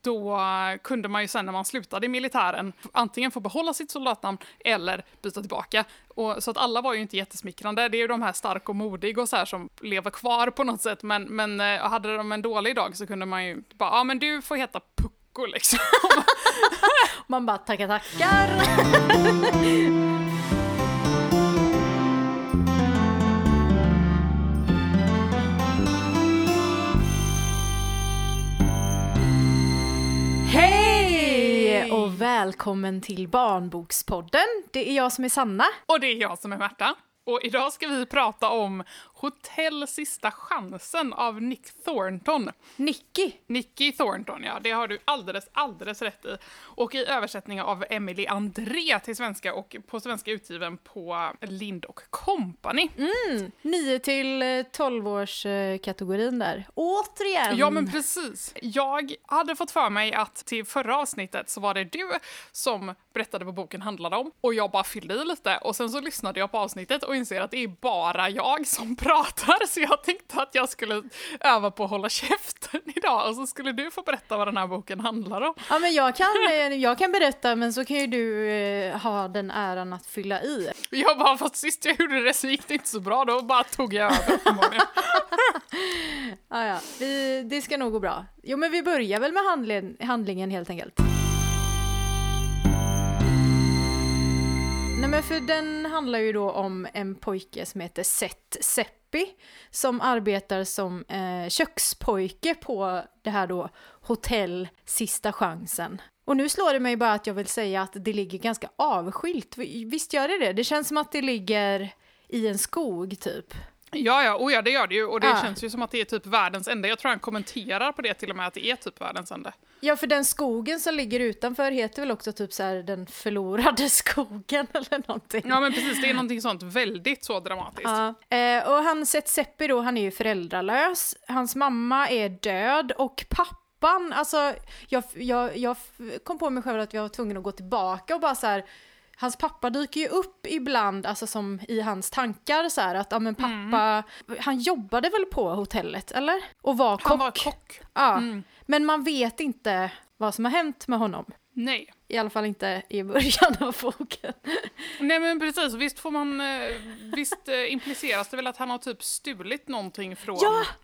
då kunde man ju sen när man slutade i militären antingen få behålla sitt soldatnamn eller byta tillbaka. Och, så att alla var ju inte jättesmickrande. Det är ju de här stark och modig och så här som lever kvar på något sätt. Men hade de en dålig dag så kunde man ju bara, ja men du får heta Pucko liksom. Man bara tackar. Hej och välkommen till Barnbokspodden. Det är jag som är Sanna. Och det är jag som är Märta. Och idag ska vi prata om Hotell Sista Chansen av Nick Thornton. Nicky Thornton, ja. Det har du alldeles rätt i. Och i översättning av Emily André till svenska och på svenska utgiven på Lind och Company. 9-12 års kategorin där. Återigen! Ja, men precis. Jag hade fått för mig att till förra avsnittet så var det du som berättade vad boken handlade om. Och jag bara fyllde i lite. Och sen så lyssnade jag på avsnittet och inser att det är bara jag som pratar. Så jag tänkte att jag skulle öva på att hålla käften idag. Och så skulle du få berätta vad den här boken handlar om. Ja, men jag kan berätta, men så kan ju du ha den äran att fylla i. Jag bara, fast sist jag gjorde det så gick det inte så bra. Då bara tog jag över. Ja, det ska nog gå bra. Jo, men vi börjar väl med handlingen helt enkelt. Nej, men för den handlar ju då om en pojke som heter Seth Seppi som arbetar som kökspojke på det här då Hotell Sista Chansen. Och nu slår det mig bara att jag vill säga att det ligger ganska avskilt. Visst gör det? Det känns som att det ligger i en skog typ. Ja, det gör det ju. Och det känns ju som att det är typ världens ände. Jag tror han kommenterar på det till och med, att det är typ världens ände. Ja, för den skogen som ligger utanför heter väl också typ så här den förlorade skogen eller någonting. Ja, men precis. Det är någonting sånt väldigt så dramatiskt. Ja. Och han Seth Seppi då, han är ju föräldralös. Hans mamma är död och pappan, alltså jag kom på mig själv att jag var tvungen att gå tillbaka och bara så här. Hans pappa dyker ju upp ibland, alltså som i hans tankar så här, att ja, men pappa, han jobbade väl på hotellet, eller? Och var kock. Han var kock. Ja, men man vet inte vad som har hänt med honom. Nej. I alla fall inte i början av boken. Nej, men precis. Visst impliceras det väl att han har typ stulit någonting från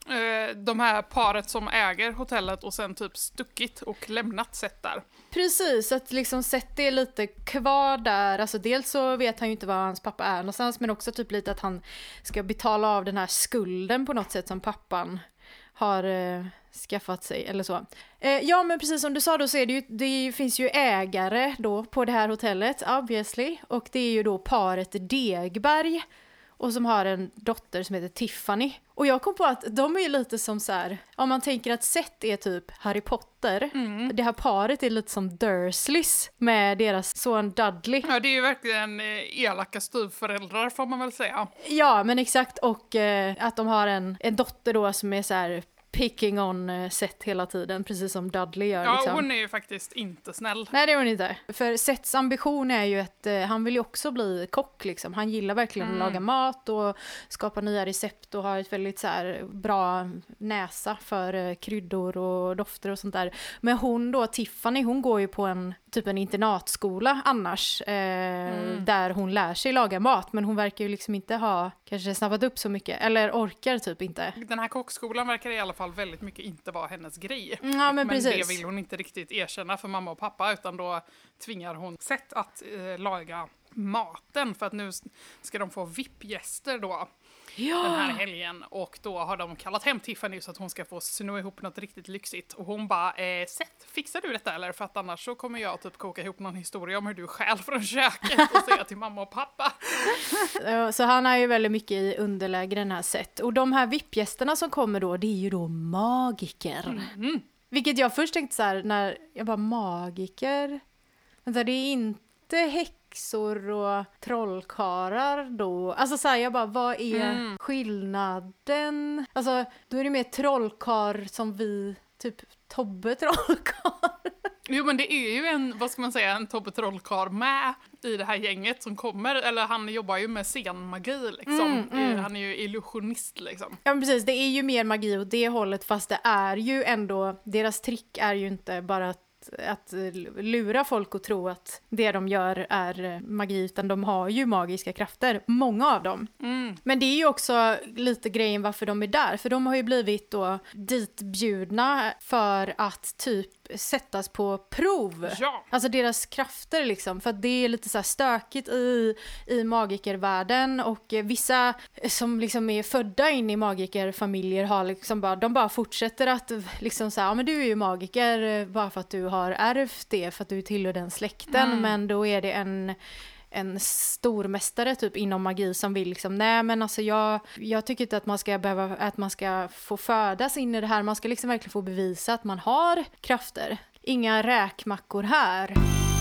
de här paret som äger hotellet och sen typ stuckit och lämnat Seth där. Precis, att liksom Seth är lite kvar där. Alltså dels så vet han ju inte var hans pappa är någonstans, men också typ lite att han ska betala av den här skulden på något sätt som pappan har skaffat sig eller så. Ja, men precis som du sa då så är det finns ju ägare då på det här hotellet, obviously. Och det är ju då paret Degberg och som har en dotter som heter Tiffany. Och jag kom på att de är ju lite som så här, om man tänker att Seth är typ Harry Potter, det här paret är lite som Dursleys med deras son Dudley. Ja, det är ju verkligen elaka styvföräldrar får man väl säga. Ja, men exakt, och att de har en dotter då som är så här picking on Seth hela tiden, precis som Dudley gör. Ja, liksom. Hon är ju faktiskt inte snäll. Nej, det är hon inte. För Seths ambition är ju att han vill ju också bli kock liksom. Han gillar verkligen att laga mat och skapa nya recept och har ett väldigt så här bra näsa för kryddor och dofter och sånt där. Men hon då, Tiffany, hon går ju på en internatskola annars där hon lär sig laga mat, men hon verkar ju liksom inte ha kanske snabbat upp så mycket, eller orkar typ inte. Den här kockskolan verkar i alla fall väldigt mycket inte vara hennes grej. Ja, men precis. Det vill hon inte riktigt erkänna för mamma och pappa, utan då tvingar hon Seth att laga maten för att nu ska de få VIP-gäster då. Ja. Den här helgen, och då har de kallat hem Tiffany så att hon ska få sno ihop något riktigt lyxigt, och hon bara, Seth, fixar du detta eller? För att annars så kommer jag typ koka ihop någon historia om hur du stjäl från köket och säga till mamma och pappa. Så han är ju väldigt mycket i underläge den här Seth. Och de här VIP-gästerna som kommer då, det är ju då magiker. Vilket jag först tänkte så här, när jag bara, magiker? Vänta, det är inte häxor och trollkarlar då. Alltså så här, jag bara, vad är skillnaden? Alltså, då är det mer trollkar som vi, typ Tobbe trollkar. Jo, men det är ju en, vad ska man säga, en Tobbe Trollkarl med i det här gänget som kommer, eller han jobbar ju med scenmagi liksom. Han är ju illusionist liksom. Ja, men precis, det är ju mer magi åt det hållet, fast det är ju ändå, deras trick är ju inte bara att lura folk och tro att det de gör är magi, utan de har ju magiska krafter, många av dem. Men det är ju också lite grejen varför de är där, för de har ju blivit då ditbjudna för att typ sättas på prov. Ja. Alltså deras krafter liksom, för att det är lite så här stökigt i magikervärlden, och vissa som liksom är födda in i magikerfamiljer har liksom de bara fortsätter att liksom säga, ja men du är ju magiker bara för att du har ärvt det, för att du tillhör den släkten, men då är det en stormästare typ inom magi som vill liksom, nej men alltså jag tycker inte att man ska få födas in i det här, man ska liksom verkligen få bevisa att man har krafter. Inga räkmackor här.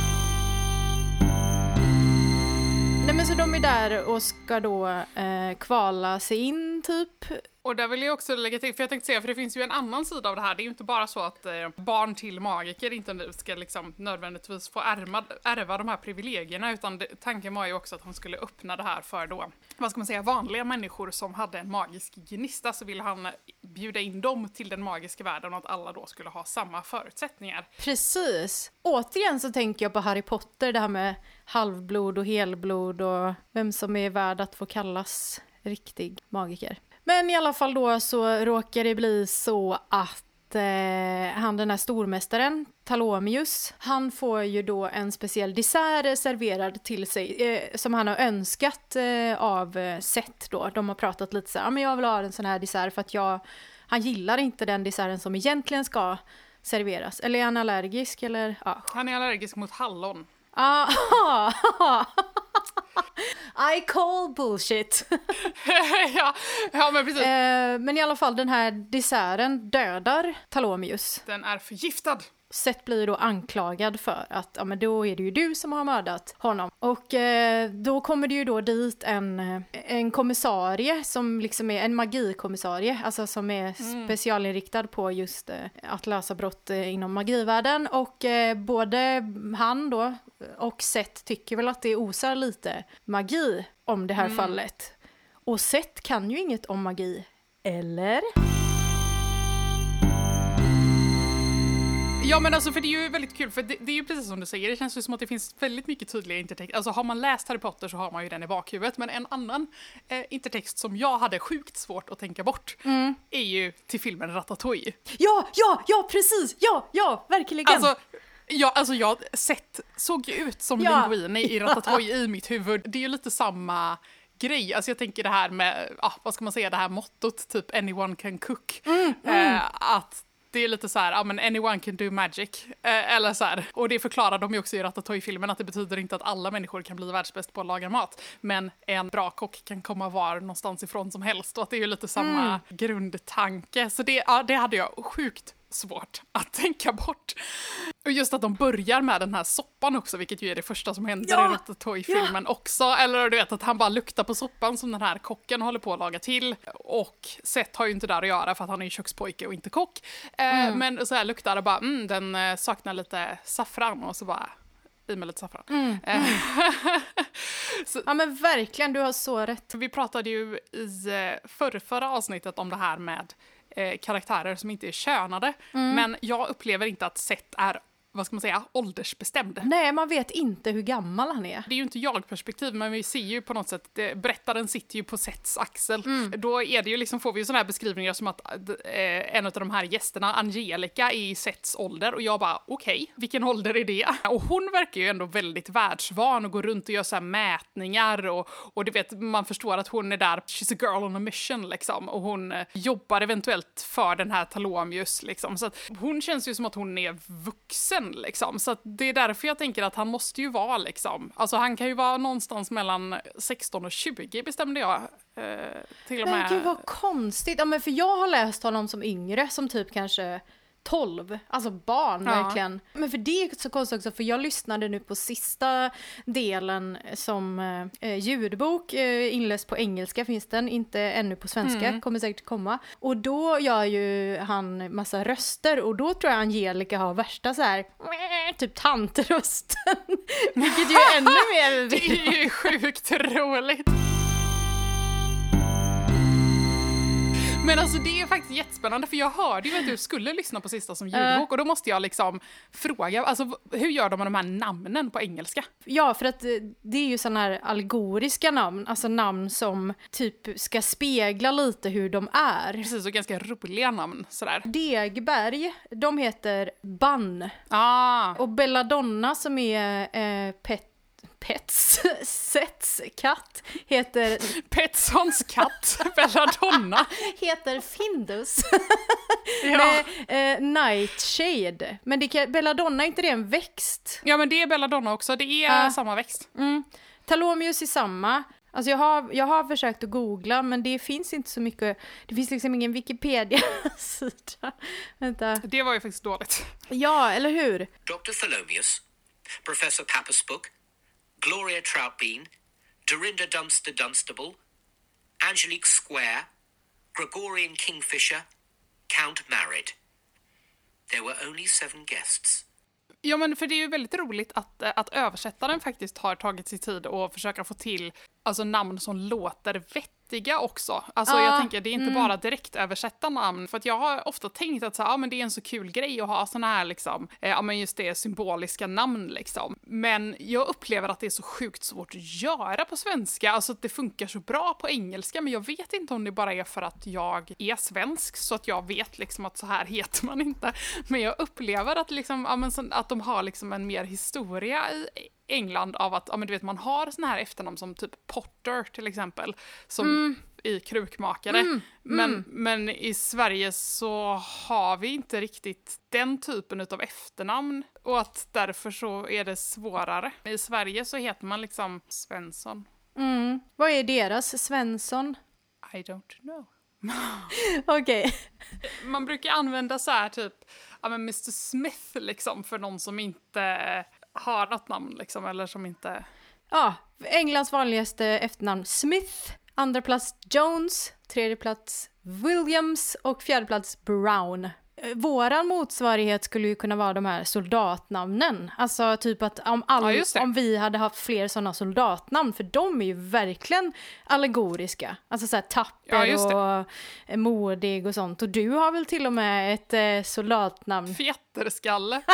Nej, men så de är där och ska då kvala sig in typ. Och där vill jag också lägga till, för jag tänkte säga, för det finns ju en annan sida av det här. Det är ju inte bara så att barn till magiker inte ska liksom nödvändigtvis få ärva de här privilegierna, utan tanken var ju också att han skulle öppna det här för då, vad ska man säga, vanliga människor som hade en magisk gnista, så ville han bjuda in dem till den magiska världen och att alla då skulle ha samma förutsättningar. Precis. Återigen så tänker jag på Harry Potter, det här med halvblod och helblod och vem som är värd att få kallas riktig magiker. Men i alla fall då så råkar det bli så att han, den här stormästaren, Talomius, han får ju då en speciell dessert serverad till sig som han har önskat av Seth då. De har pratat lite så här, men jag vill ha en sån här dessert för att han gillar inte den desserten som egentligen ska serveras. Eller är han allergisk? Eller? Ja. Han är allergisk mot hallon. I call bullshit. ja, men precis. Men i alla fall, den här desserten dödar Talomius. Den är förgiftad. Seth blir då anklagad för att ja, men då är det ju du som har mördat honom. Och då kommer det ju då dit en kommissarie som liksom är en magikommissarie, alltså som är specialinriktad på just att lösa brott inom magivärlden. Och både han då och Seth tycker väl att det osar lite magi om det här fallet. Och Seth kan ju inget om magi, eller? Ja, men alltså, för det är ju väldigt kul, för det är ju precis som du säger, det känns ju som att det finns väldigt mycket tydliga intertext. Alltså har man läst Harry Potter så har man ju den i bakhuvudet, men en annan intertext som jag hade sjukt svårt att tänka bort är ju till filmen Ratatouille. Ja, precis, ja, verkligen. Alltså jag såg ut som linguini i Ratatouille i mitt huvud. Det är ju lite samma grej. Alltså jag tänker det här med, vad ska man säga, det här mottot typ anyone can cook. Att det är lite så här, men anyone can do magic. Eller så här. Och det förklarar de ju också i Ratatouille-filmen, att det betyder inte att alla människor kan bli världsbäst på att laga mat. Men en bra kock kan komma var någonstans ifrån som helst. Och att det är ju lite samma grundtanke. Så det hade jag sjukt svårt att tänka bort. Och just att de börjar med den här soppan också, vilket ju är det första som händer i Ratatouille-filmen också. Eller du vet att han bara luktar på soppan som den här kocken håller på att laga till. Och Seth har ju inte där att göra för att han är ju kökspojke och inte kock. Men så här luktar det bara, den saknar lite saffran, och så bara i med lite saffran. Ja men verkligen, du har så rätt. Vi pratade ju i förra avsnittet om det här med karaktärer som inte är könade. Men jag upplever inte att Seth är, vad ska man säga, åldersbestämd. Nej, man vet inte hur gammal han är. Det är ju inte jag-perspektiv, men vi ser ju på något sätt, berättaren sitter ju på Seths axel. Då är det ju liksom, får vi ju såna här beskrivningar som att en av de här gästerna, Angelica, är i Seths ålder. Och jag bara, okej, vilken ålder är det? Och hon verkar ju ändå väldigt världsvan och går runt och gör så här mätningar. Och du vet, man förstår att hon är där, she's a girl on a mission liksom. Och hon jobbar eventuellt för den här Talomius liksom. Så att hon känns ju som att hon är vuxen liksom. Så att det är därför jag tänker att han måste ju vara liksom, alltså han kan ju vara någonstans mellan 16 och 20 bestämde jag till och med. Men gud vad konstigt. Ja, men för jag har läst honom som yngre, som typ kanske 12, alltså barn verkligen. Men för det är så konstigt också, för jag lyssnade nu på sista delen som ljudbok, inläst på engelska finns den, inte ännu på svenska, kommer säkert komma. Och då gör ju han massa röster, och då tror jag Angelica har värsta så här typ tantrösten, vilket ju är ännu mer... Det är ju sjukt roligt. Men alltså det är faktiskt jättespännande, för jag hörde ju att du skulle lyssna på sista som ljudbok, och då måste jag liksom fråga, alltså hur gör de med de här namnen på engelska? Ja, för att det är ju sådana här allegoriska namn, alltså namn som typ ska spegla lite hur de är. Precis, och ganska roliga namn sådär. Degberg, de heter Bann. Och Belladonna som är Sets katt heter... Petssons katt, Belladonna. heter Findus. Ja. Nightshade. Men Belladonna, är inte det en växt? Ja, men det är Belladonna också. Det är samma växt. Talomius är samma. Alltså jag har försökt att googla, men det finns inte så mycket. Det finns liksom ingen Wikipedia-sida. Vänta. Det var ju faktiskt dåligt. Ja, eller hur? Dr. Thalomius, Professor Papperspook, Gloria Troutbean, Dorinda Dunstable, Angelique Square, Gregorian Kingfisher, Count Married. There were only 7 guests. Ja, men för det är ju väldigt roligt att översättaren faktiskt har tagit sig tid och försöka få till alltså namn som låter vettiga också. Alltså jag tänker, det är inte bara direkt översätta namn, för att jag har ofta tänkt att så här, men det är en så kul grej att ha såna här liksom, men just det, symboliska namn liksom. Men jag upplever att det är så sjukt svårt att göra på svenska, alltså att det funkar så bra på engelska, men jag vet inte om det bara är för att jag är svensk så att jag vet liksom att så här heter man inte. Men jag upplever att liksom, att de har liksom en mer historia i England av att, du vet, man har såna här efternamn som typ Potter till exempel, som i krukmakare. Men i Sverige så har vi inte riktigt den typen av efternamn, och att därför så är det svårare. I Sverige så heter man liksom Svensson. Vad är deras Svensson? I don't know. Okej. Man brukar använda så här typ Mr. Smith liksom för någon som inte har något namn liksom, eller som inte... Ja, Englands vanligaste efternamn Smith, andra plats Jones, tredje plats Williams och fjärde plats Brown. Våran motsvarighet skulle ju kunna vara de här soldatnamnen. Alltså typ att om vi hade haft fler sådana soldatnamn, för de är ju verkligen allegoriska. Alltså så här tapper och modig och sånt. Och du har väl till och med ett soldatnamn. Fjätterskalle.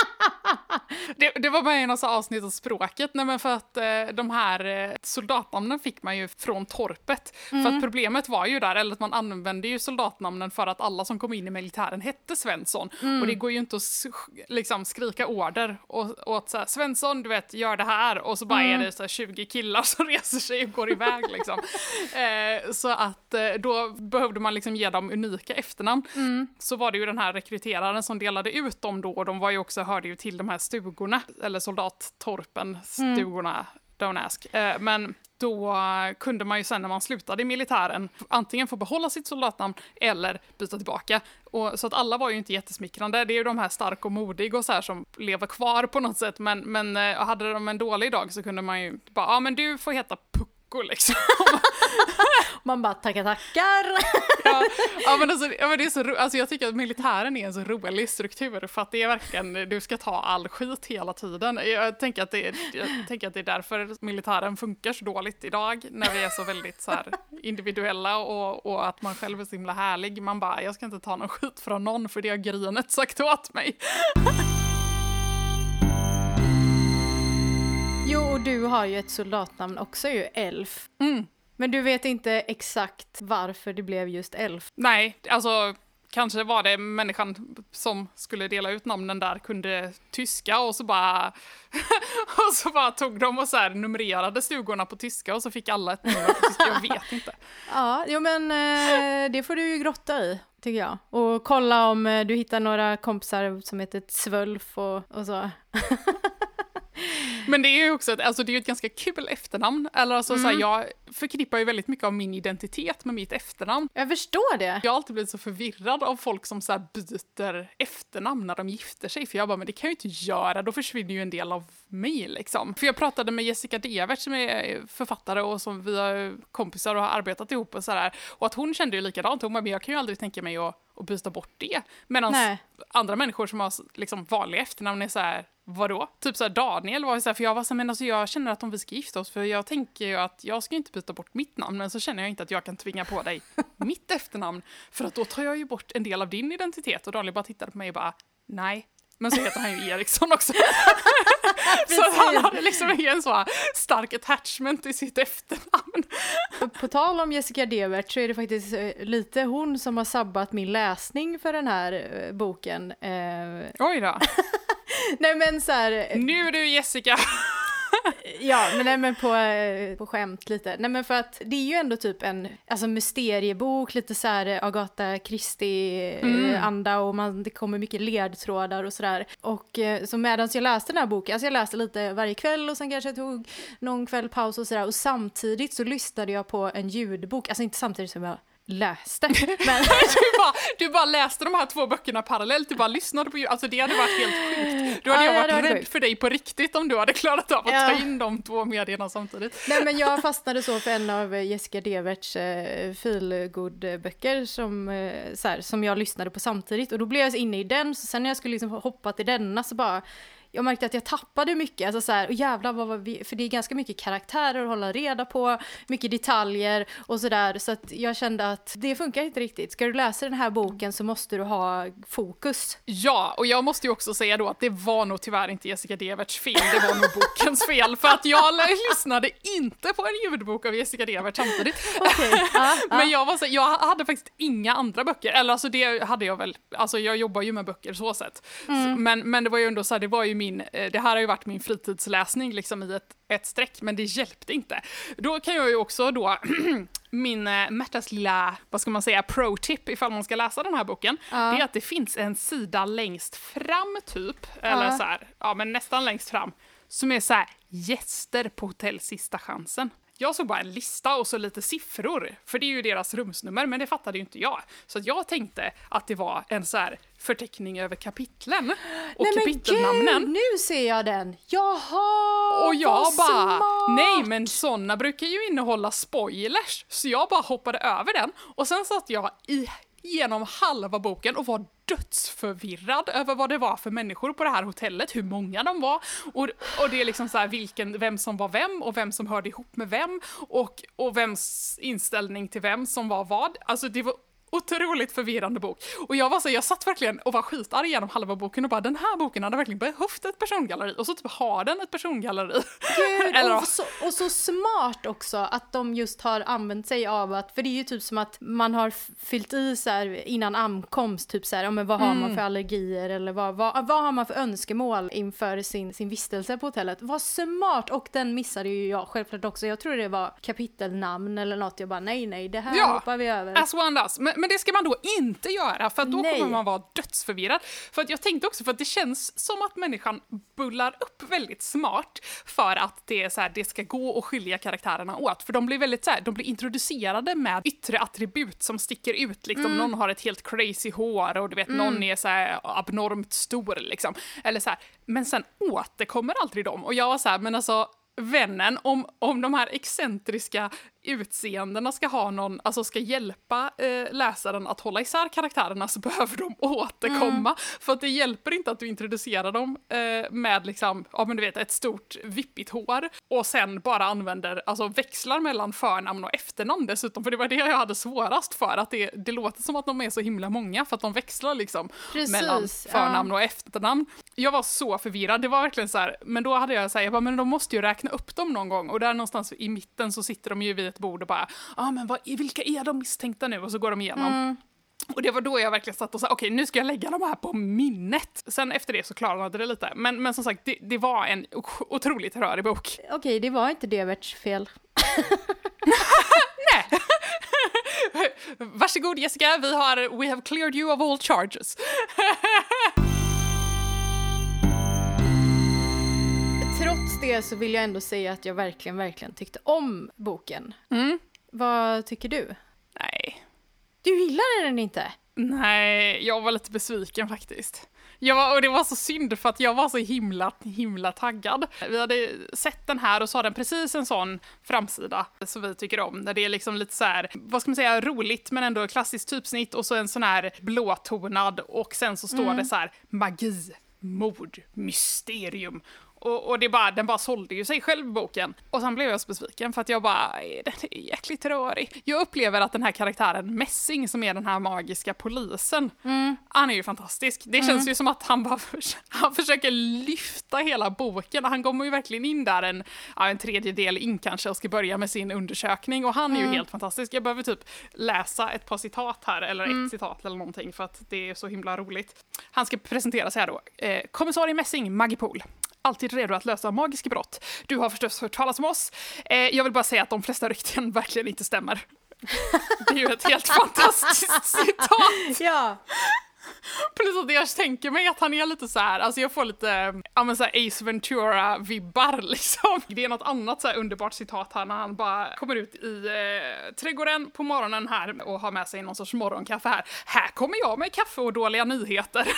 Det var med i något avsnitt av språket. Nej, men för att de här soldatnamnen fick man ju från torpet. För att problemet var ju där, eller att man använde ju soldatnamnen för att alla som kom in i militären hette Svensson. Och det går ju inte att liksom skrika order och att så här, Svensson, du vet, gör det här. Och så bara är det så här 20 killar som reser sig och går iväg liksom. Så att då behövde man liksom ge dem unika efternamn. Så var det ju den här rekryteraren som delade ut dem då. Och de var ju också, hörde ju till de här stugorna, eller soldattorpen, stugorna, don't ask. Men då kunde man ju sen när man slutade i militären antingen få behålla sitt soldatnamn eller byta tillbaka. Och, så att alla var ju inte jättesmickrande. Det är ju de här stark och modig och så här som lever kvar på något sätt. Men hade de en dålig dag så kunde man ju bara, men du får heta Pucko liksom. Man bara tackar. Men det är så alltså jag tycker att militären är en så rolig struktur, för att det är verkligen, du ska ta all skit hela tiden. Jag tänker att det är därför militären funkar så dåligt idag, när vi är så väldigt så här individuella och att man själv är så himla härlig. Man bara, jag ska inte ta någon skit från någon, för det har grynet sagt åt mig. Jo, och du har ju ett soldatnamn också ju, Elf. Men du vet inte exakt varför det blev just Elf? Nej, alltså kanske var det människan som skulle dela ut namnen där kunde tyska, och så bara tog de och så här numrerade stugorna på tyska, och så fick alla ett nummer på tyska. Jag vet inte. Ja, jo, men det får du ju grotta i, tycker jag. Och kolla om du hittar några kompisar som heter Svölf och så. Men det är ju också alltså det är ju ett ganska kul efternamn. Eller alltså, så här, jag förknippar ju väldigt mycket av min identitet med mitt efternamn. Jag förstår det. Jag har alltid blivit så förvirrad av folk som så här byter efternamn när de gifter sig. För jag bara, men det kan jag ju inte göra, då försvinner ju en del av mig liksom. För jag pratade med Jessica Devert som är författare och som vi har kompisar och har arbetat ihop och sådär. Och att hon kände ju likadant, men jag kan ju aldrig tänka mig att byta bort det. Medan andra människor som har liksom vanliga efternamn är så här, vadå? Typ så här Daniel var ju så här, för jag var så här, men alltså jag känner att om vi ska gifta oss, för jag tänker ju att jag ska inte byta bort mitt namn, men så känner jag inte att jag kan tvinga på dig mitt efternamn, för att då tar jag ju bort en del av din identitet. Och Daniel bara tittade på mig och bara, nej. Men så heter han ju Eriksson också. Så han hade liksom en så stark attachment i sitt efternamn. På tal om Jessica Devert så är det faktiskt lite hon som har sabbat min läsning för den här boken. Oj då. Nej men så här... Nu du Jessica! Ja, men, nej, men på skämt lite. Nej men för att det är ju ändå typ en mysteriebok, lite så här Agatha Christie-anda och det kommer mycket ledtrådar och sådär. Och så medan jag läste den här boken, alltså jag läste lite varje kväll och sen kanske jag tog någon kväll paus och sådär. Och samtidigt så lyssnade jag på en ljudbok, alltså inte samtidigt som jag läste. Men... du bara läste de här 2 böckerna parallellt, du bara lyssnade på alltså det hade varit helt sjukt. Då hade jag varit rädd för dig på riktigt om du hade klarat av att ta in de 2 medierna samtidigt. Nej men jag fastnade så för en av Jessica Deverts feelgood-böcker som jag lyssnade på samtidigt och då blev jag så inne i den, så sen när jag skulle liksom hoppa till denna så bara jag märkte att jag tappade mycket, alltså så här, och jävlar för det är ganska mycket karaktärer att hålla reda på, mycket detaljer och sådär, så att jag kände att det funkar inte riktigt. Ska du läsa den här boken så måste du ha fokus. Ja, och jag måste ju också säga då att det var nog tyvärr inte Jessica Deverts fel, det var nog bokens fel, för att jag lyssnade inte på en ljudbok av Jessica Devert samtidigt. Okay. Men jag hade faktiskt inga andra böcker, eller alltså det hade jag väl, alltså jag jobbar ju med böcker så sätt. Men det var ju ändå så här, det var ju det här har ju varit min fritidsläsning liksom i ett streck, men det hjälpte inte. Då kan jag ju också då min Märtas lilla, vad ska man säga, pro-tip ifall man ska läsa den här boken, det är att det finns en sida längst fram typ, eller så här, ja men nästan längst fram, som är så här, gäster på hotell Sista chansen. Jag såg bara en lista och så lite siffror, för det är ju deras rumsnummer, men det fattade ju inte jag. Så att jag tänkte att det var en så här förteckning över kapitlen och kapitelnamnen. Men gud, nu ser jag den. Jaha, och jag bara, nej men såna brukar ju innehålla spoilers. Så jag bara hoppade över den och sen satt jag genom halva boken och var dödsförvirrad över vad det var för människor på det här hotellet, hur många de var och det är liksom så här vem som var vem och vem som hörde ihop med vem och vems inställning till vem som var vad. Alltså det var otroligt förvirrande bok. Och jag satt verkligen och var skitarg genom halva boken och bara, den här boken hade verkligen behövt ett persongalleri. Och så typ har den ett persongalleri. Gud, och så smart också att de just har använt sig av att, för det är ju typ som att man har fyllt i så här innan ankomst, typ så här, men vad har man för allergier eller vad har man för önskemål inför sin vistelse på hotellet. Vad smart, och den missade ju jag självklart också. Jag tror det var kapitelnamn eller något. Jag bara, nej, det här hoppar vi över. As one does. Men det ska man då inte göra, för att då kommer man vara dödsförvirrad. För att jag tänkte också, för att det känns som att människan bullar upp väldigt smart för att det är så här, det ska gå att skilja karaktärerna åt. För de blir väldigt så här, de blir introducerade med yttre attribut som sticker ut. Liksom, någon har ett helt crazy hår och du vet, någon är så här abnormt stor liksom. Eller så här, men sen återkommer aldrig de. Och jag var så här, men alltså vännen, om de här excentriska utseendena ska ha någon, alltså ska hjälpa läsaren att hålla isär karaktärerna, så behöver de återkomma. För att det hjälper inte att du introducerar dem med liksom, ja men du vet, ett stort vippigt hår och sen bara använder, alltså växlar mellan förnamn och efternamn dessutom, för det var det jag hade svårast för, att det låter som att de är så himla många för att de växlar liksom mellan förnamn och efternamn. Jag var så förvirrad, det var verkligen så här, men då hade jag sagt, men de måste ju räkna upp dem någon gång, och där någonstans i mitten så sitter de ju vid ett bord och bara, men vilka är de misstänkta nu? Och så går de igenom. Och det var då jag verkligen satt och sa, okej, nu ska jag lägga de här på minnet. Sen efter det så klarade det lite. Men som sagt, det var en otroligt rörig bok. Okej, det var inte Deverts fel. Nej. Varsågod Jessica, we have cleared you of all charges. Trots det så vill jag ändå säga att jag verkligen tyckte om boken. Vad tycker du? Nej. Du gillade den inte? Nej, jag var lite besviken faktiskt. Och det var så synd för att jag var så himla taggad. Vi hade sett den här och så har den precis en sån framsida som vi tycker om. Där det är liksom lite så här, vad ska man säga, roligt men ändå klassiskt typsnitt och så en sån här blåtonad och sen så står det så här magi, mord, mysterium. Och den bara sålde ju sig själv, boken. Och sen blev jag så besviken för att jag bara, den är jäkligt rörig. Jag upplever att den här karaktären Messing, som är den här magiska polisen, han är ju fantastisk. Det känns ju som att han försöker lyfta hela boken. Han kommer ju verkligen in där en tredjedel in kanske och ska börja med sin undersökning. Och han är ju helt fantastisk. Jag behöver typ läsa ett par citat här, eller ett citat eller någonting, för att det är så himla roligt. Han ska presentera sig här då. Kommissarie Messing, Magipol. Alltid redo att lösa magiska brott. Du har förstås hört talas om oss. Jag vill bara säga att de flesta rykten verkligen inte stämmer. Det är ju ett helt fantastiskt citat. Ja. Plus att jag tänker mig att han är lite så här, alltså jag får lite så här Ace Ventura-vibbar liksom. Det är något annat så här underbart citat här när han bara kommer ut i trädgården på morgonen här och har med sig någon sorts morgonkaffe här. Här kommer jag med kaffe och dåliga nyheter.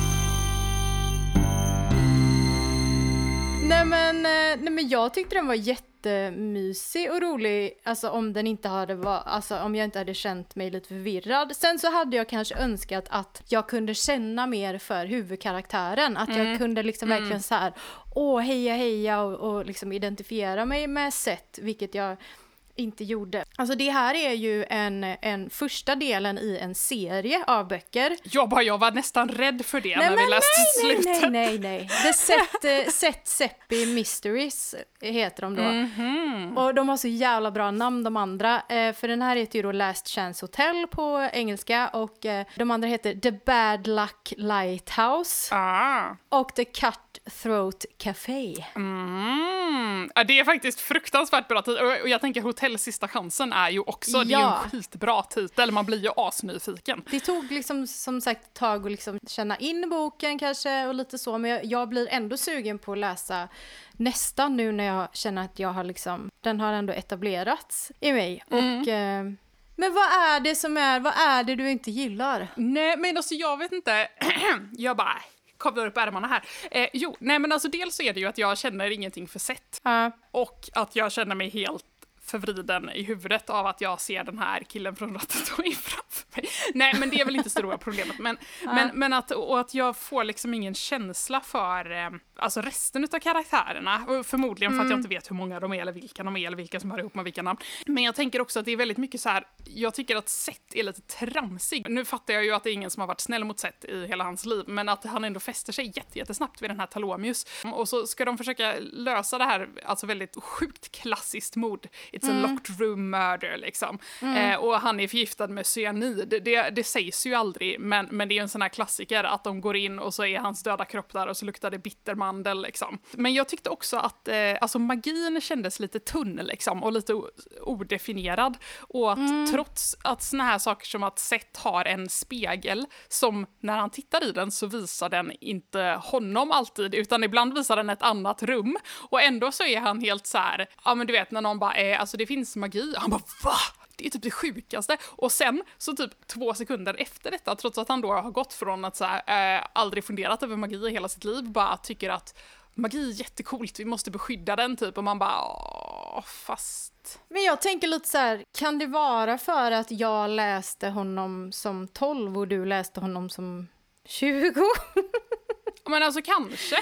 Nej men jag tyckte den var jättemysig och rolig, alltså om jag inte hade känt mig lite förvirrad. Sen så hade jag kanske önskat att jag kunde känna mer för huvudkaraktären, att jag kunde liksom verkligen så här, heja och liksom identifiera mig med Seth, vilket jag inte gjorde. Alltså det här är ju en första delen i en serie av böcker. Jag var nästan rädd för det när vi läste slutet. Nej. The Seth Seppi Mysteries heter de då. Och de har så jävla bra namn, de andra. För den här heter ju då Last Chance Hotel på engelska och de andra heter The Bad Luck Lighthouse och The Cutthroat Café. Ja, det är faktiskt fruktansvärt bra tid. Och jag tänker Hotell Sista Chansen är ju också, det är ju en skitbra titel. Man blir ju asnyfiken. Det tog liksom som sagt tag att liksom känna in boken kanske och lite så. Men jag blir ändå sugen på att läsa nästan nu när jag känner att jag har liksom, den har ändå etablerats i mig. Och men vad är det du inte gillar? Nej, men alltså jag vet inte. Jag bara kavlar upp ärmarna här. Dels så är det ju att jag känner ingenting för Seth. Och att jag känner mig helt förvriden i huvudet av att jag ser den här killen från Ratatouille framför mig. Nej, men det är väl inte stora problemet. Men att jag får liksom ingen känsla för alltså resten av karaktärerna. Och förmodligen för att jag inte vet hur många de är eller vilka de är eller vilka som hör ihop med vilka namn. Men jag tänker också att det är väldigt mycket så här, jag tycker att Seth är lite tramsig. Nu fattar jag ju att det är ingen som har varit snäll mot Seth i hela hans liv, men att han ändå fäster sig jättesnabbt vid den här Talomius. Och så ska de försöka lösa det här, alltså väldigt sjukt klassiskt mord. It's a locked room murder liksom. Och han är förgiftad med cyanid. Det sägs ju aldrig, men det är en sån här klassiker att de går in och så är hans döda kropp där och så luktar det bittermandel liksom. Men jag tyckte också att alltså magin kändes lite tunn liksom och lite odefinierad. Och att trots att såna här saker som att Seth har en spegel som när han tittar i den så visar den inte honom alltid, utan ibland visar den ett annat rum. Och ändå så är han helt så här, ja men du vet när någon bara alltså det finns magi. Han bara, va? Det är typ det sjukaste. Och sen så typ 2 sekunder efter detta, trots att han då har gått från att så här, aldrig funderat över magi i hela sitt liv, bara tycker att magi är jättecoolt, vi måste beskydda den typ. Och man bara, fast... Men jag tänker lite så här, kan det vara för att jag läste honom som 12 och du läste honom som 20? Men alltså kanske.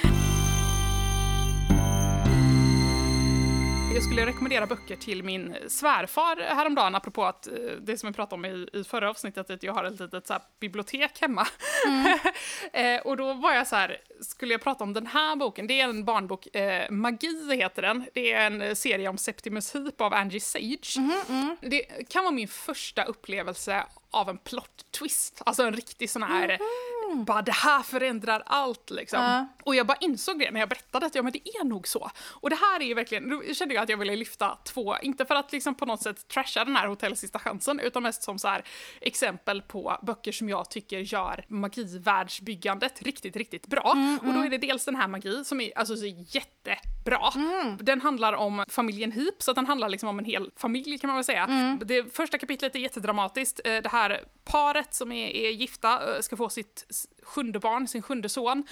Jag skulle rekommendera böcker till min svärfar häromdagen, apropå att det som jag pratade om i förra avsnittet, att jag har ett litet så här bibliotek hemma. Och då var jag så här, skulle jag prata om den här boken, det är en barnbok, Magi heter den, det är en serie om Septimus Heap av Angie Sage. Det kan vara min första upplevelse av en plot twist, alltså en riktig sån här bara det här förändrar allt liksom. Och jag bara insåg det när jag berättade att men det är nog så. Och det här är ju verkligen, då kände jag att jag ville lyfta 2, inte för att liksom på något sätt trasha den här Hotell Sista Chansen, utan mest som så här exempel på böcker som jag tycker gör magivärldsbyggandet riktigt bra. Och då är det dels den här magi som är alltså så bra. Den handlar om familjen Heap, så att den handlar liksom om en hel familj kan man väl säga. Det första kapitlet är jättedramatiskt. Det här paret som är gifta ska få sitt 7:e barn, sin 7:e son.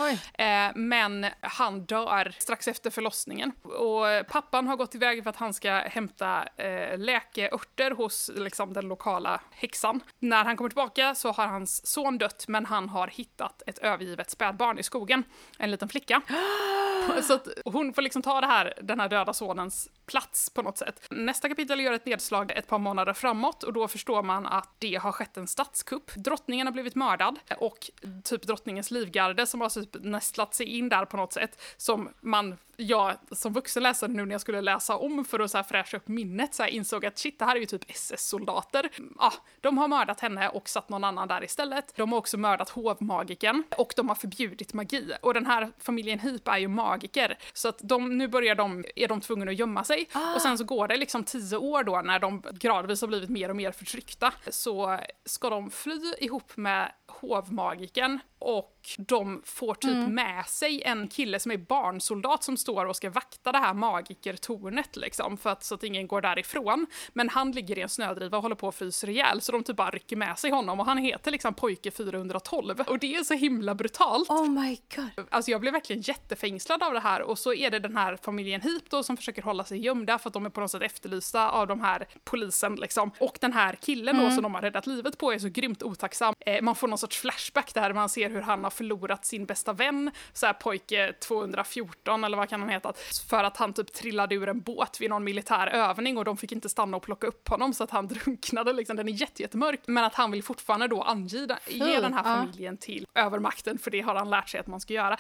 Men han dör strax efter förlossningen. Och pappan har gått iväg för att han ska hämta läkeörter hos liksom, den lokala häxan. När han kommer tillbaka så har hans son dött, men han har hittat ett övergivet spädbarn i skogen. En liten flicka. Så att hon får liksom ta den här döda sonens plats på något sätt. Nästa kapitel gör ett nedslag ett par månader framåt och då förstår man att det har skett en statskupp. Drottningen har blivit mördad och typ drottningens livgarde som har typ nästlat sig in där på något sätt som jag som vuxen läsare nu när jag skulle läsa om för att så här fräscha upp minnet så här insåg att shit, det här är ju typ SS-soldater. De har mördat henne och satt någon annan där istället. De har också mördat hovmagiken och de har förbjudit magi. Och den här familjen Heap är ju magiker så att nu är de tvungna att gömma sig. Och sen så går det liksom 10 år då när de gradvis har blivit mer och mer förtryckta så ska de fly ihop med hovmagiken och de får typ med sig en kille som är barnsoldat som står och ska vakta det här magikertornet liksom, för att, så att ingen går därifrån. Men han ligger i en snödriva och håller på att frysa rejäl så de typ bara rycker med sig honom och han heter liksom pojke 412 och det är så himla brutalt. Oh my god. Alltså jag blev verkligen jättefängslad av det här och så är det den här familjen Heap då som försöker hålla sig gömda för att de är på något sätt efterlysta av de här polisen liksom. Och den här killen då som de har räddat livet på är så grymt otacksam. Man får någon sorts flashback där man ser hur han har förlorat sin bästa vän, så här pojke 214 eller vad kan han heta, för att han typ trillade ur en båt vid någon militär övning och de fick inte stanna och plocka upp honom så att han drunknade liksom. Den är jättemörk, men att han vill fortfarande då ge den här familjen till övermakten för det har han lärt sig att man ska göra.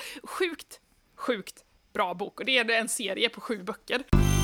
Sjukt bra bok och det är en serie på 7 böcker.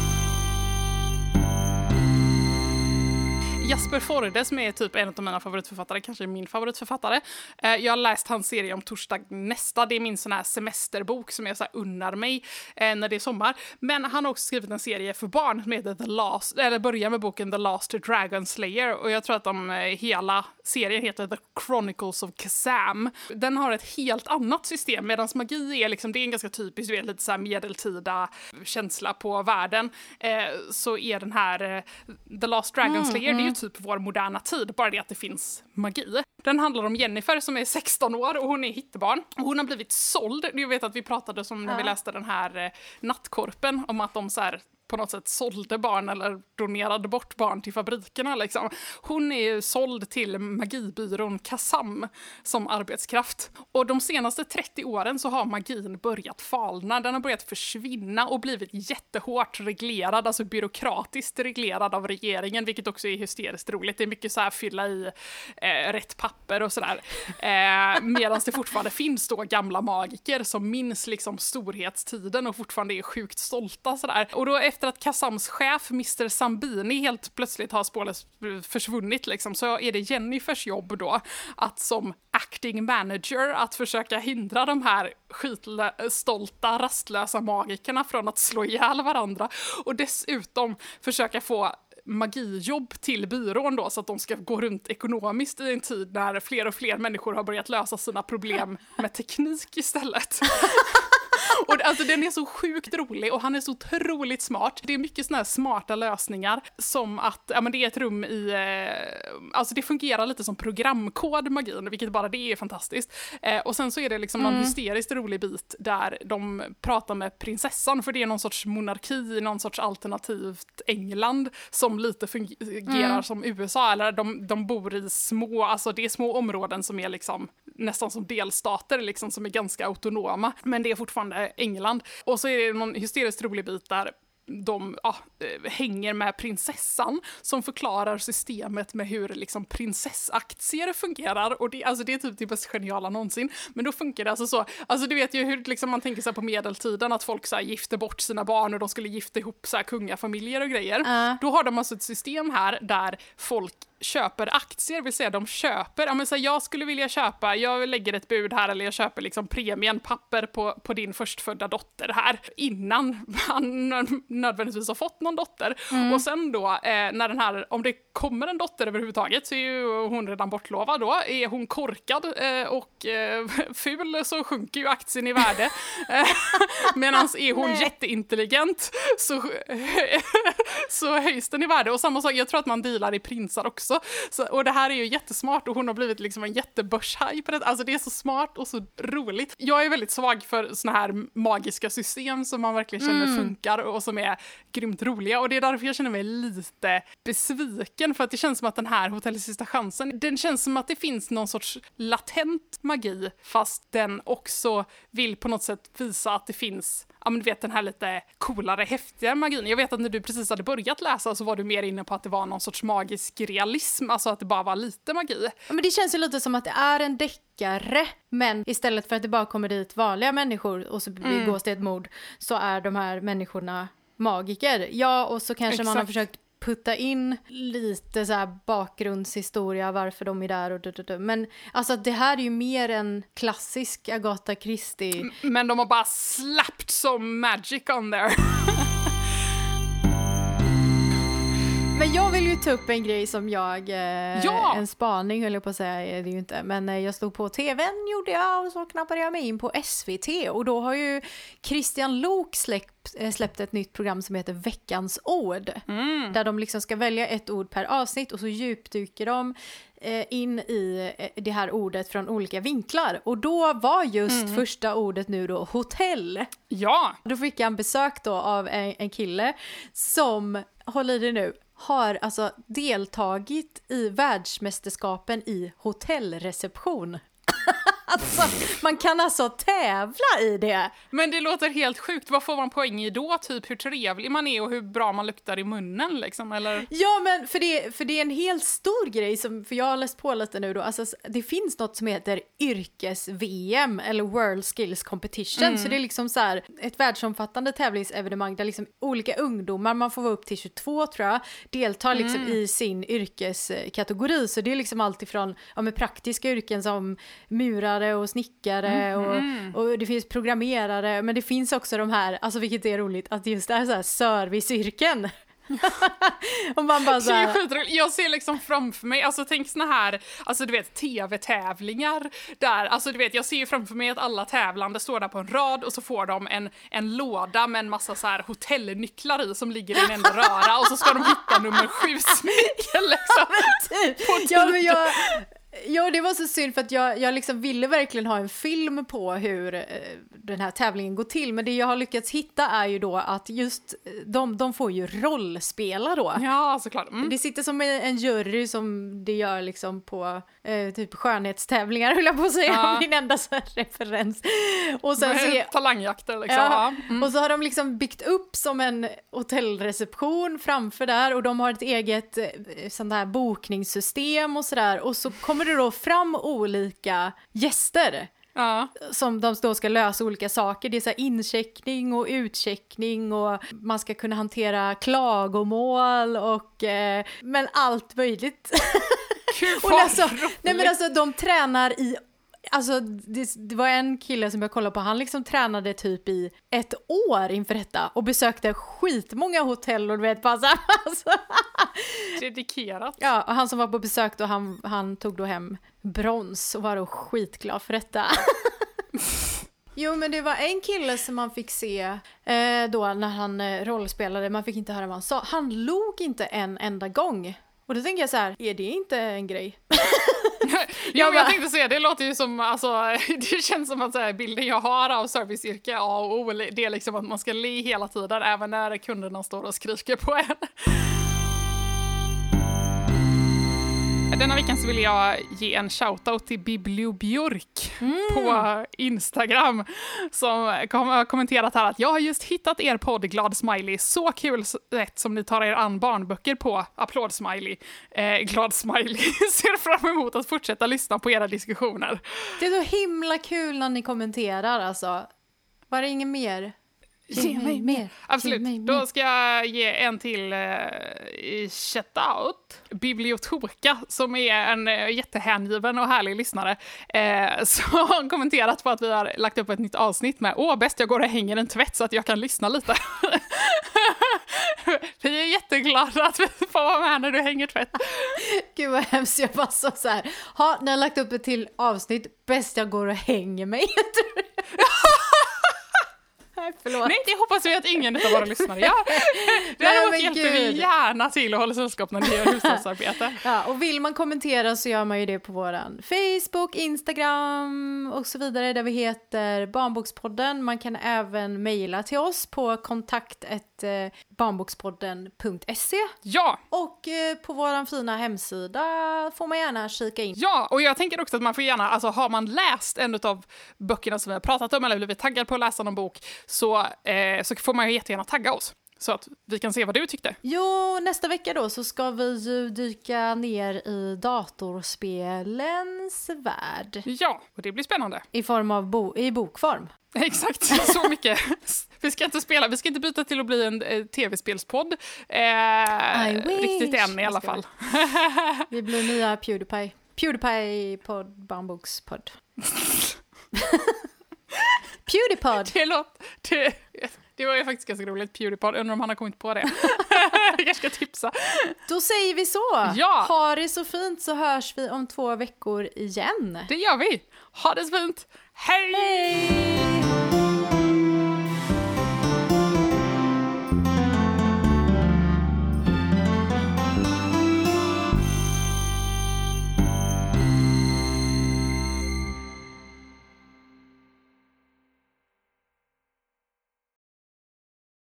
Jasper Forde som är typ en av mina favoritförfattare, kanske min favoritförfattare. Jag har läst hans serie om Torsdag nästa. Det är min sån här semesterbok som jag så här unnar mig när det är sommar. Men han har också skrivit en serie för barn som heter börjar med boken The Last Dragon Slayer. Och jag tror att hela serien heter The Chronicles of Kazam. Den har ett helt annat system medan magi är liksom, det är en ganska typisk, lite så här medeltida känsla på världen. Så är den här The Last Dragon Slayer, det är ju typ vår moderna tid, bara det att det finns magi. Den handlar om Jennifer som är 16 år och hon är hittebarn. Och hon har blivit såld. Du vet att vi pratade som när vi läste den här Nattkorpen om att de så här på något sätt sålde barn eller donerade bort barn till fabrikerna liksom. Hon är ju såld till magibyrån Kazam som arbetskraft. Och de senaste 30 åren så har magin börjat falna. Den har börjat försvinna och blivit jättehårt reglerad, alltså byråkratiskt reglerad av regeringen, vilket också är hysteriskt roligt. Det är mycket så här fylla i rätt papper och sådär. Medan det fortfarande finns då gamla magiker som minns liksom storhetstiden och fortfarande är sjukt stolta sådär. Och då efter att Kazams chef, Mr. Sambini, helt plötsligt har spårlöst försvunnit liksom, så är det Jennifers jobb då att som acting manager att försöka hindra de här skitstolta, rastlösa magikerna från att slå ihjäl varandra och dessutom försöka få magijobb till byrån då så att de ska gå runt ekonomiskt i en tid när fler och fler människor har börjat lösa sina problem med teknik istället. Och alltså den är så sjukt rolig och han är så otroligt smart. Det är mycket såna här smarta lösningar som att men det är ett rum i alltså det fungerar lite som programkod magin, vilket bara det är fantastiskt. Och sen så är det liksom någon hysteriskt rolig bit där de pratar med prinsessan, för det är någon sorts monarki, någon sorts alternativt England som lite fungerar som USA, eller de bor i små, alltså det är små områden som är liksom nästan som delstater liksom, som är ganska autonoma, men det är fortfarande England. Och så är det någon hysteriskt rolig bit där de hänger med prinsessan som förklarar systemet med hur liksom prinsessaktier fungerar, och det är typ det mest geniala någonsin. Men då funkar det alltså så, alltså du vet ju hur liksom man tänker så här på medeltiden att folk så här gifter bort sina barn och de skulle gifta ihop så här kungafamiljer och grejer. Då har de alltså ett system här där folk köper aktier, vill säga de köper, ja men så här, jag skulle vilja köpa, jag lägger ett bud här eller jag köper liksom premienpapper på din förstfödda dotter här innan han nödvändigtvis har fått någon dotter. Och sen då när den här, om det kommer en dotter överhuvudtaget så är ju hon redan bortlovad då. Är hon korkad och ful så sjunker ju aktien i värde. Medan är hon jätteintelligent så höjs den i värde. Och samma sak, jag tror att man dealar i prinsar också. Och det här är ju jättesmart och hon har blivit liksom en jättebörshaj på det. Alltså det är så smart och så roligt. Jag är väldigt svag för såna här magiska system som man verkligen känner funkar och som är grymt roliga. Och det är därför jag känner mig lite besviken, för att det känns som att den här Hotell Sista chansen, den känns som att det finns någon sorts latent magi, fast den också vill på något sätt visa att det finns, ja men du vet, den här lite coolare, häftiga magin. Jag vet att när du precis hade börjat läsa så var du mer inne på att det var någon sorts magisk realism, alltså att det bara var lite magi. Ja, men det känns ju lite som att det är en deckare, men istället för att det bara kommer dit vanliga människor och så begås det ett mord, så är de här människorna magiker. Ja, och så kanske man har försökt putta in lite så här bakgrundshistoria, varför de är där och men alltså det här är ju mer en klassisk Agatha Christie. Men de har bara slapped som magic on there. Men jag vill ju ta upp en grej som jag, en spaning höll jag på att säga, är det ju inte, men jag stod på tvn gjorde jag och så knappade jag mig in på SVT och då har ju Christian Lok släppt ett nytt program som heter Veckans ord, där de liksom ska välja ett ord per avsnitt och så djupdyker de in i det här ordet från olika vinklar. Och då var just första ordet nu då hotell. Ja! Då fick jag en besök då av en kille som, håll i det nu, har alltså deltagit i världsmästerskapen i hotellreception. Alltså, man kan alltså tävla i det. Men det låter helt sjukt. Vad får man poäng i då? Typ hur trevlig man är och hur bra man luktar i munnen liksom, eller? Ja, men för det är en helt stor grej för jag har läst på lite nu då. Alltså, det finns något som heter yrkes-VM eller World Skills Competition. Så det är liksom så här ett världsomfattande tävlingsevenemang där liksom olika ungdomar, man får vara upp till 22 tror jag, deltar liksom i sin yrkeskategori. Så det är liksom allt ifrån med praktiska yrken som murare och snickare och det finns programmerare, men det finns också de här, alltså vilket är roligt, att just det är så här serviceyrken. Och man bara så här... Jag ser liksom framför mig, alltså tänk såna här, alltså du vet tv-tävlingar där, alltså du vet, jag ser ju framför mig att alla tävlande står där på en rad och så får de en låda med en massa så här hotellnycklar i som ligger i en enda röra och så ska de hitta nummer 7 nyckel liksom. Ja, det var så synd för att jag liksom ville verkligen ha en film på hur den här tävlingen går till. Men det jag har lyckats hitta är ju då att just de får ju rollspela då. Ja, såklart. Det sitter som en jury som det gör liksom på typ skönhetstävlingar, vill jag på att säga. Min enda så här referens. Och sen så talangjakter liksom. Och så har de liksom byggt upp som en hotellreception framför där och de har ett eget sånt här bokningssystem och sådär. Och så kommer det då fram olika gäster som de då ska lösa olika saker. Det är så här incheckning och utcheckning och man ska kunna hantera klagomål och men allt möjligt. Och alltså, de tränar i, alltså det var en kille som jag kollade på, han liksom tränade typ i 1 år inför detta och besökte skitmånga hotell och du vet bara så här, alltså. Dedikerat. Ja, och han som var på besök då, han tog då hem brons och var då skitglad för detta. Jo, men det var en kille som man fick se då när han rollspelade, man fick inte höra vad han sa. Han log inte en enda gång. Och då tänker jag så här, är det inte en grej? Jag tänkte säga, det låter ju som, alltså, det känns som att så här, bilden jag har av serviceyrke A och O, det är liksom att man ska le hela tiden, även när kunderna står och skriker på en. Denna veckan så vill jag ge en shoutout till Bibliobjörk på Instagram som har kommenterat här att jag har just hittat er podd Glad Smiley. Så kul sätt som ni tar er an barnböcker på. Applåd Smiley. Glad Smiley. Ser fram emot att fortsätta lyssna på era diskussioner. Det är så himla kul när ni kommenterar alltså. Var det ingen mer? Ge mig mer. Absolut. Ge mig mer. Då ska jag ge en till shoutout. Bibliotorka, som är en jättehängiven och härlig lyssnare, som har kommenterat på att vi har lagt upp ett nytt avsnitt med bäst jag går och hänger en tvätt så att jag kan lyssna lite. Vi är jätteglada att vi får vara med när du hänger tvätt. Gud vad hemskt, jag bara så här. Ni har lagt upp ett till avsnitt, bäst jag går och hänger mig. Nej, förlåt. Nej, det hoppas vi att ingen av våra lyssnare gör. Däremot hjälper vi gärna till att hålla sällskap när ni gör hushållsarbete. Ja, och vill man kommentera så gör man ju det på våran Facebook, Instagram och så vidare, där vi heter Barnbokspodden. Man kan även mejla till oss på kontakt@barnbokspodden.se. Ja! Och på våran fina hemsida får man gärna kika in. Ja, och jag tänker också att man får gärna, alltså har man läst en av böckerna som vi har pratat om eller blivit taggad på att läsa någon bok, så får man ju jättegärna tagga oss så att vi kan se vad du tyckte. Jo, nästa vecka då så ska vi ju dyka ner i datorspelens värld. Ja, och det blir spännande. I form av i bokform. Exakt, så mycket. Vi ska inte byta till att bli en tv-spelspodd. Riktigt än i alla fall. Vi blir nya PewDiePie-podd, barnbokspodd. PewDiePod. Det var ju faktiskt ganska roligt, PewDiePod. Undrar om han har kommit på det. Jag ska tipsa. Då säger vi så. Ja. Ha det så fint, så hörs vi om 2 veckor igen. Det gör vi. Ha det så fint. Hej! Hej!